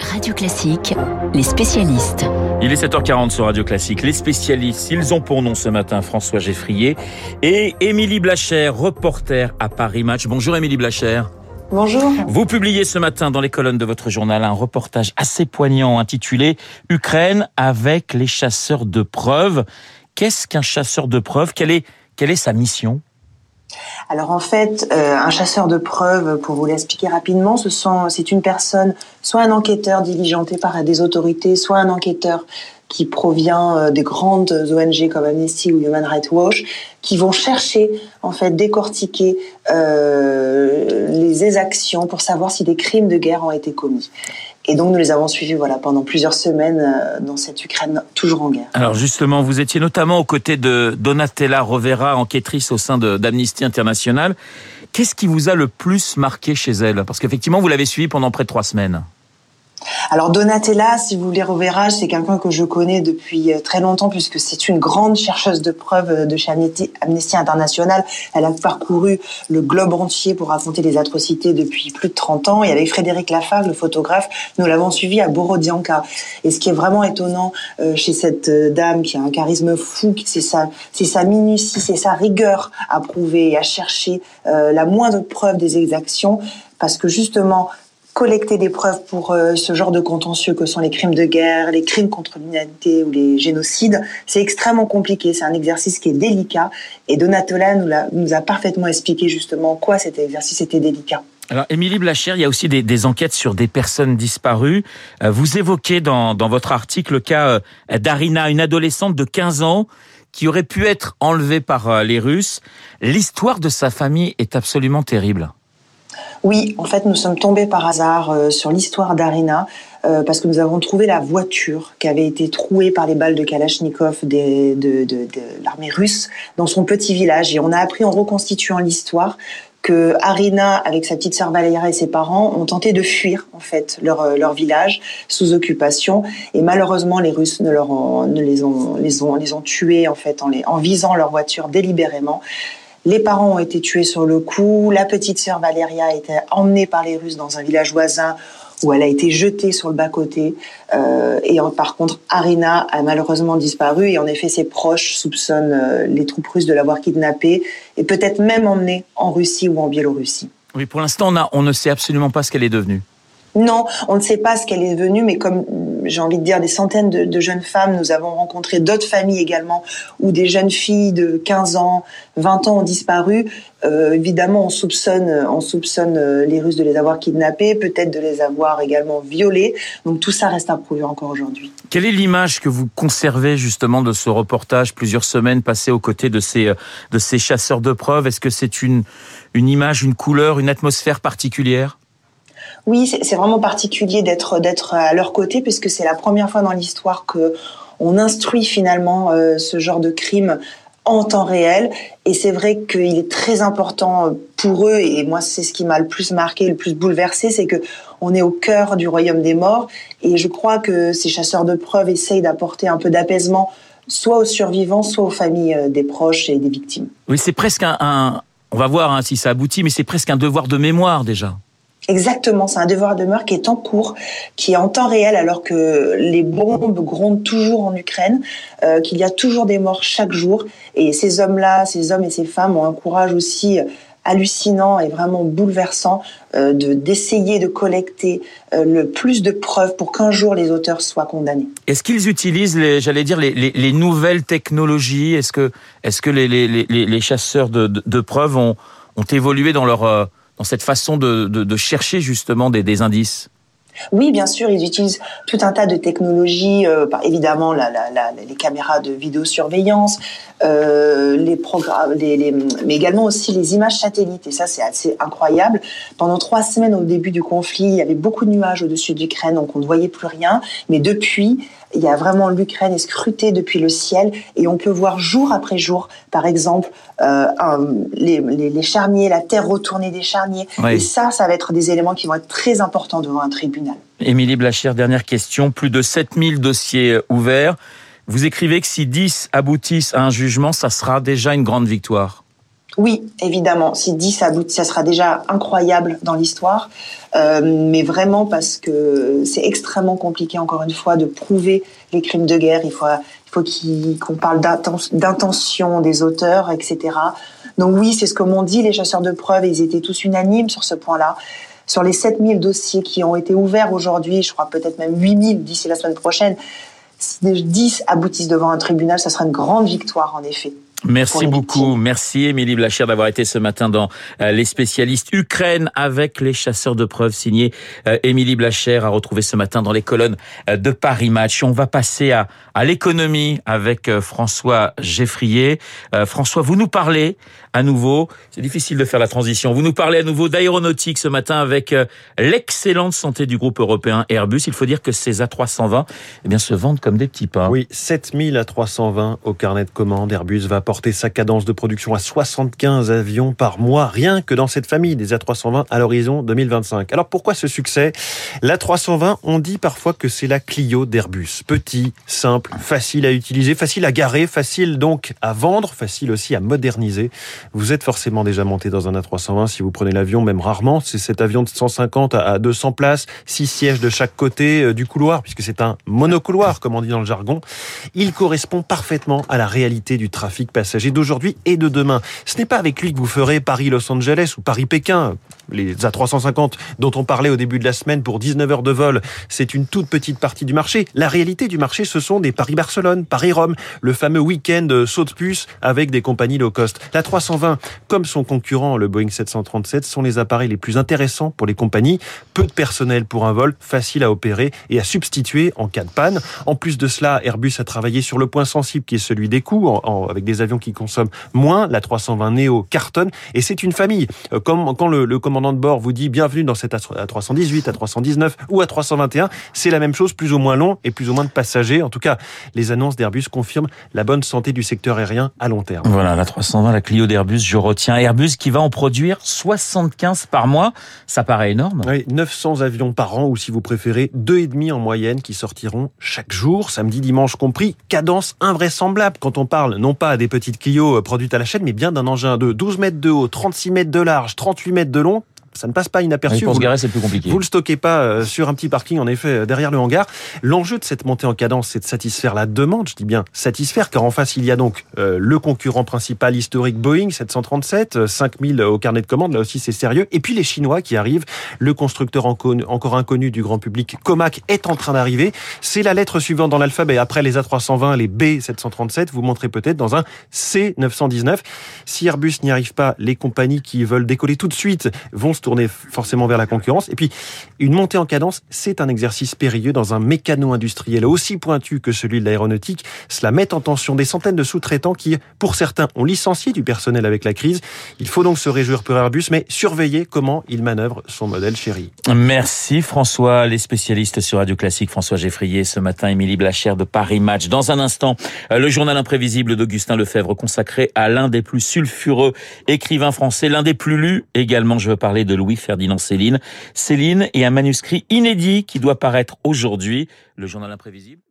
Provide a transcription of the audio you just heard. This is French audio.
Radio Classique, les spécialistes. Il est 7h40 sur Radio Classique. Les spécialistes, ils ont pour nom ce matin François Geffrier et Émilie Blacher, reporter à Paris Match. Bonjour Émilie Blacher. Bonjour. Vous publiez ce matin dans les colonnes de votre journal un reportage assez poignant intitulé « Ukraine avec les chasseurs de preuves ». Qu'est-ce qu'un chasseur de preuves ? Quelle est sa mission ? Alors en fait, un chasseur de preuves, pour vous l'expliquer rapidement, c'est une personne, soit un enquêteur diligenté par des autorités, soit un enquêteur qui provient des grandes ONG comme Amnesty ou Human Rights Watch, qui vont chercher, en fait, décortiquer les exactions pour savoir si des crimes de guerre ont été commis. Et donc, nous les avons suivis pendant plusieurs semaines dans cette Ukraine toujours en guerre. Alors justement, vous étiez notamment aux côtés de Donatella Rovera, enquêtrice au sein d'Amnesty International. Qu'est-ce qui vous a le plus marqué chez elle ? Parce qu'effectivement, vous l'avez suivie pendant près de 3 semaines. Alors Donatella, si vous voulez, Rovera, c'est quelqu'un que je connais depuis très longtemps puisque c'est une grande chercheuse de preuves de chez Amnesty International. Elle a parcouru le globe entier pour raconter les atrocités depuis plus de 30 ans. Et avec Frédéric Lafargue, le photographe, nous l'avons suivi à Borodianka. Et ce qui est vraiment étonnant chez cette dame qui a un charisme fou, c'est sa minutie, c'est sa rigueur à prouver et à chercher la moindre preuve des exactions, parce que justement, collecter des preuves pour ce genre de contentieux que sont les crimes de guerre, les crimes contre l'humanité ou les génocides, c'est extrêmement compliqué. C'est un exercice qui est délicat. Et Donatella nous a parfaitement expliqué justement en quoi cet exercice était délicat. Alors, Émilie Blacher, il y a aussi des enquêtes sur des personnes disparues. Vous évoquez dans votre article le cas d'Arina, une adolescente de 15 ans qui aurait pu être enlevée par les Russes. L'histoire de sa famille est absolument terrible. Oui, en fait, nous sommes tombés par hasard sur l'histoire d'Arina parce que nous avons trouvé la voiture qui avait été trouée par les balles de Kalachnikov de l'armée russe dans son petit village. Et on a appris en reconstituant l'histoire que Arina, avec sa petite sœur Valéria et ses parents, ont tenté de fuir en fait leur village sous occupation. Et malheureusement, les Russes les ont tués en fait en visant leur voiture délibérément. Les parents ont été tués sur le coup. La petite sœur Valéria a été emmenée par les Russes dans un village voisin où elle a été jetée sur le bas-côté. Par contre, Arina a malheureusement disparu. Et en effet, ses proches soupçonnent les troupes russes de l'avoir kidnappée et peut-être même emmenée en Russie ou en Biélorussie. Oui, pour l'instant, on ne sait absolument pas ce qu'elle est devenue. Non, on ne sait pas ce qu'elle est devenue, mais comme j'ai envie de dire des centaines de jeunes femmes, nous avons rencontré d'autres familles également où des jeunes filles de 15 ans, 20 ans ont disparu. Évidemment, on soupçonne les Russes de les avoir kidnappées, peut-être de les avoir également violées. Donc tout ça reste à prouver encore aujourd'hui. Quelle est l'image que vous conservez justement de ce reportage, plusieurs semaines passées aux côtés de ces chasseurs de preuves ? Est-ce que c'est une image, une couleur, une atmosphère particulière ? Oui, c'est vraiment particulier d'être à leur côté, puisque c'est la première fois dans l'histoire que on instruit finalement ce genre de crime en temps réel. Et c'est vrai qu'il est très important pour eux, et moi c'est ce qui m'a le plus marqué, le plus bouleversé, c'est que on est au cœur du royaume des morts. Et je crois que ces chasseurs de preuves essayent d'apporter un peu d'apaisement, soit aux survivants, soit aux familles des proches et des victimes. Oui, c'est presque on va voir si ça aboutit, mais c'est presque un devoir de mémoire déjà. Exactement, c'est un devoir de mémoire qui est en cours, qui est en temps réel alors que les bombes grondent toujours en Ukraine, qu'il y a toujours des morts chaque jour. Et ces hommes-là, ces hommes et ces femmes ont un courage aussi hallucinant et vraiment bouleversant d'essayer de collecter le plus de preuves pour qu'un jour les auteurs soient condamnés. Est-ce qu'ils utilisent les nouvelles technologies ? Est-ce que les chasseurs de preuves ont évolué dans cette façon de chercher justement des indices ? Oui, bien sûr, ils utilisent tout un tas de technologies, évidemment les caméras de vidéosurveillance, les programmes, mais également aussi les images satellites. Et ça, c'est assez incroyable. Pendant 3 semaines au début du conflit, il y avait beaucoup de nuages au-dessus d'Ukraine, donc on ne voyait plus rien. Mais depuis, il y a vraiment l'Ukraine est scrutée depuis le ciel et on peut voir jour après jour, par exemple, les charniers, la terre retournée des charniers. Oui. Et ça va être des éléments qui vont être très importants devant un tribunal. Émilie Blacher, dernière question. Plus de 7000 dossiers ouverts. Vous écrivez que si 10 aboutissent à un jugement, ça sera déjà une grande victoire. Oui, évidemment. Si 10 aboutit, ça sera déjà incroyable dans l'histoire. Mais vraiment parce que c'est extrêmement compliqué, encore une fois, de prouver les crimes de guerre. Il faut qu'on parle d'intention des auteurs, etc. Donc oui, c'est ce que m'ont dit les chasseurs de preuves. Ils étaient tous unanimes sur ce point-là. Sur les 7000 dossiers qui ont été ouverts aujourd'hui, je crois peut-être même 8000 d'ici la semaine prochaine, si 10 aboutissent devant un tribunal, ça sera une grande victoire, en effet. Merci beaucoup. Merci Émilie Blachère d'avoir été ce matin dans Les Spécialistes Ukraine avec les chasseurs de preuves signé Émilie Blachère, à retrouver ce matin dans les colonnes de Paris Match. On va passer à l'économie avec François Geffrier. François, vous nous parlez à nouveau, c'est difficile de faire la transition, vous nous parlez à nouveau d'aéronautique ce matin avec l'excellente santé du groupe européen Airbus. Il faut dire que ces A320 se vendent comme des petits pains. Oui, 7000 A320 au carnet de commande. Airbus va porter sa cadence de production à 75 avions par mois, rien que dans cette famille des A320 à l'horizon 2025. Alors pourquoi ce succès ? L'A320, on dit parfois que c'est la Clio d'Airbus. Petit, simple, facile à utiliser, facile à garer, facile donc à vendre, facile aussi à moderniser. Vous êtes forcément déjà monté dans un A320 si vous prenez l'avion, même rarement. C'est cet avion de 150 à 200 places, 6 sièges de chaque côté du couloir, puisque c'est un monocouloir, comme on dit dans le jargon. Il correspond parfaitement à la réalité du trafic passager d'aujourd'hui et de demain. Ce n'est pas avec lui que vous ferez Paris-Los Angeles ou Paris-Pékin. Les A350 dont on parlait au début de la semaine pour 19 heures de vol, c'est une toute petite partie du marché. La réalité du marché, ce sont des Paris-Barcelone, Paris-Rome, le fameux week-end saut de puce avec des compagnies low cost. L'A320, comme son concurrent, le Boeing 737, sont les appareils les plus intéressants pour les compagnies. Peu de personnel pour un vol, facile à opérer et à substituer en cas de panne. En plus de cela, Airbus a travaillé sur le point sensible qui est celui des coûts, avec des avions qui consomment moins. L'A320 Neo cartonne et c'est une famille. Comme quand le commandant de bord vous dit bienvenue dans cette A318, A319 ou A321, c'est la même chose, plus ou moins long et plus ou moins de passagers. En tout cas, les annonces d'Airbus confirment la bonne santé du secteur aérien à long terme. Voilà, l'A320, la Clio d'Airbus, je retiens. Airbus qui va en produire 75 par mois, ça paraît énorme. Oui, 900 avions par an, ou si vous préférez, 2,5 en moyenne qui sortiront chaque jour, samedi, dimanche compris. Cadence invraisemblable quand on parle non pas des petites Clio produites à la chaîne, mais bien d'un engin de 12 mètres de haut, 36 mètres de large, 38 mètres de long. Ça ne passe pas inaperçu. Oui, pour se garer, c'est plus compliqué. Vous le stockez pas sur un petit parking, en effet, derrière le hangar. L'enjeu de cette montée en cadence, c'est de satisfaire la demande. Je dis bien satisfaire, car en face, il y a donc le concurrent principal historique Boeing 737, 5000 au carnet de commande. Là aussi, c'est sérieux. Et puis les Chinois qui arrivent. Le constructeur encore inconnu du grand public, Comac, est en train d'arriver. C'est la lettre suivante dans l'alphabet. Après les A320, les B737, vous montrez peut-être dans un C919. Si Airbus n'y arrive pas, les compagnies qui veulent décoller tout de suite vont se tourner forcément vers la concurrence. Et puis, une montée en cadence, c'est un exercice périlleux dans un mécano-industriel aussi pointu que celui de l'aéronautique. Cela met en tension des centaines de sous-traitants qui, pour certains, ont licencié du personnel avec la crise. Il faut donc se réjouir pour Airbus, mais surveiller comment il manœuvre son modèle chéri. Merci François, les spécialistes sur Radio Classique, François Geffrier, ce matin, Émilie Blachère de Paris Match. Dans un instant, le journal imprévisible d'Augustin Lefebvre consacré à l'un des plus sulfureux écrivains français, l'un des plus lus également. Je veux parler de Louis-Ferdinand Céline. Céline et un manuscrit inédit qui doit paraître aujourd'hui. Le journal imprévisible.